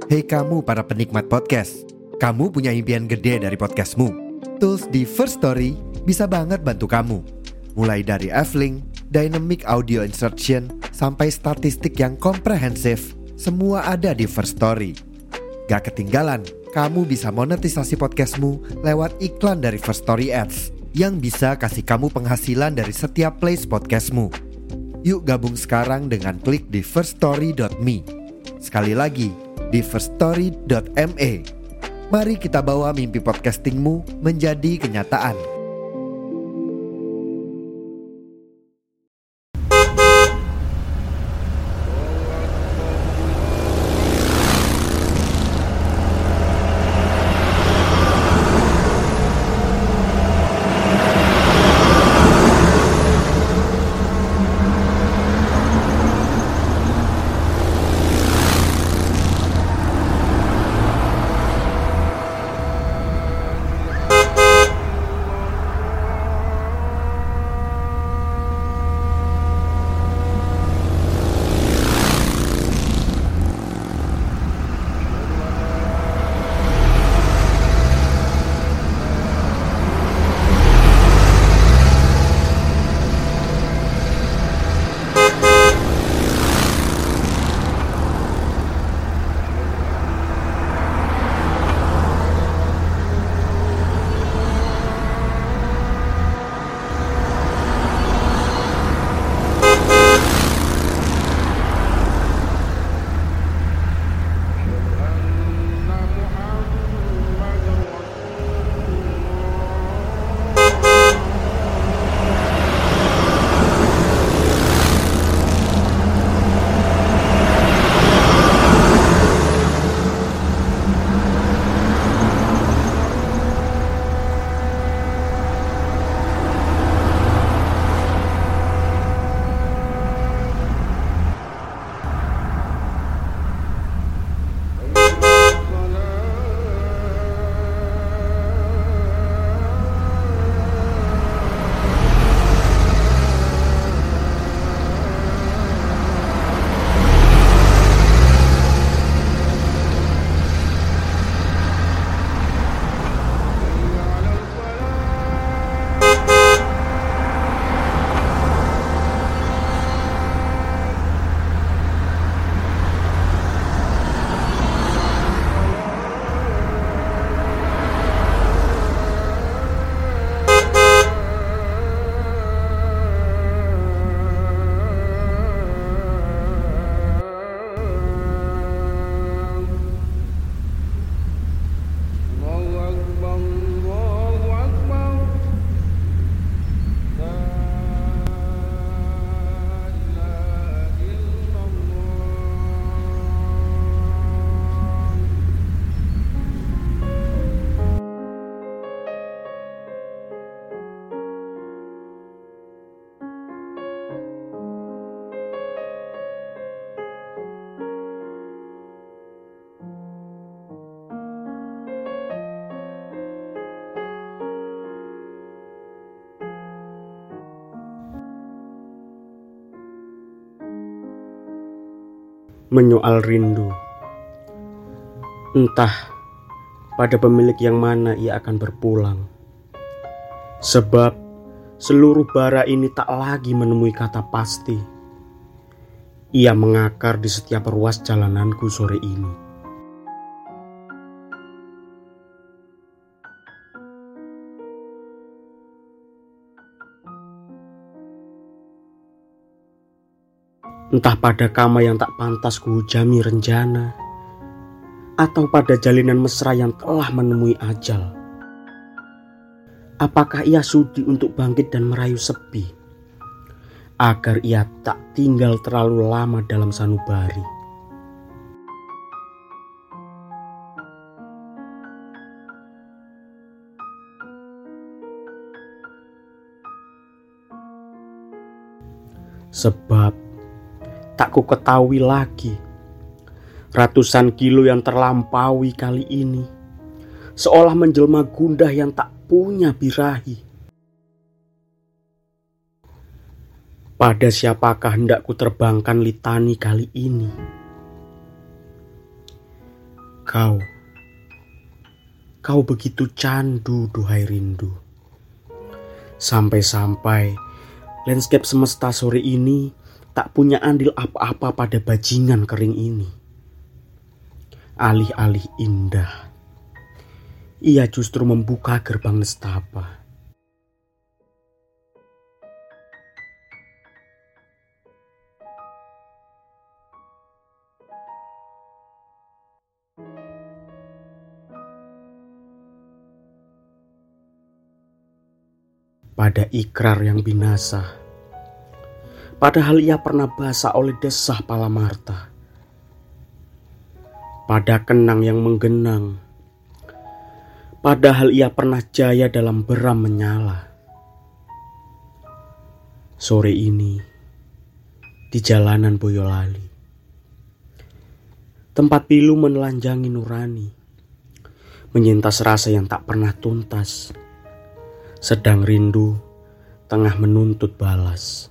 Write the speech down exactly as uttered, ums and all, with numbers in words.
Hei kamu para penikmat podcast, kamu punya impian gede dari podcastmu. Tools di First Story bisa banget bantu kamu. Mulai dari F-Link, Dynamic Audio Insertion, sampai statistik yang komprehensif, semua ada di First Story. Gak ketinggalan, kamu bisa monetisasi podcastmu lewat iklan dari First Story Ads yang bisa kasih kamu penghasilan dari setiap plays podcastmu. Yuk gabung sekarang dengan klik di first story dot me. Sekali lagi, di first story dot me. Mari kita bawa mimpi podcastingmu menjadi kenyataan. Menyoal rindu, entah pada pemilik yang mana ia akan berpulang. Sebab seluruh bara ini tak lagi menemui kata pasti. Ia mengakar di setiap ruas jalananku sore ini. Entah pada kama yang tak pantas kuhujami renjana, atau pada jalinan mesra yang telah menemui ajal. Apakah ia sudi untuk bangkit dan merayu sepi, agar ia tak tinggal terlalu lama dalam sanubari? Sebab tak ku ketahui lagi ratusan kilo yang terlampaui kali ini, seolah menjelma gundah yang tak punya birahi. Pada siapakah hendak ku terbangkan litani kali ini? Kau, kau begitu candu, duhai rindu. Sampai-sampai landscape semesta sore ini tak punya andil apa-apa pada bajingan kering ini. Alih-alih indah, ia justru membuka gerbang nestapa. Pada ikrar yang binasa, padahal ia pernah basah oleh desah Palamarta. Pada kenang yang menggenang, padahal ia pernah jaya dalam beram menyala. Sore ini, di jalanan Boyolali, tempat pilu menelanjangi nurani, menyintas rasa yang tak pernah tuntas, sedang rindu tengah menuntut balas.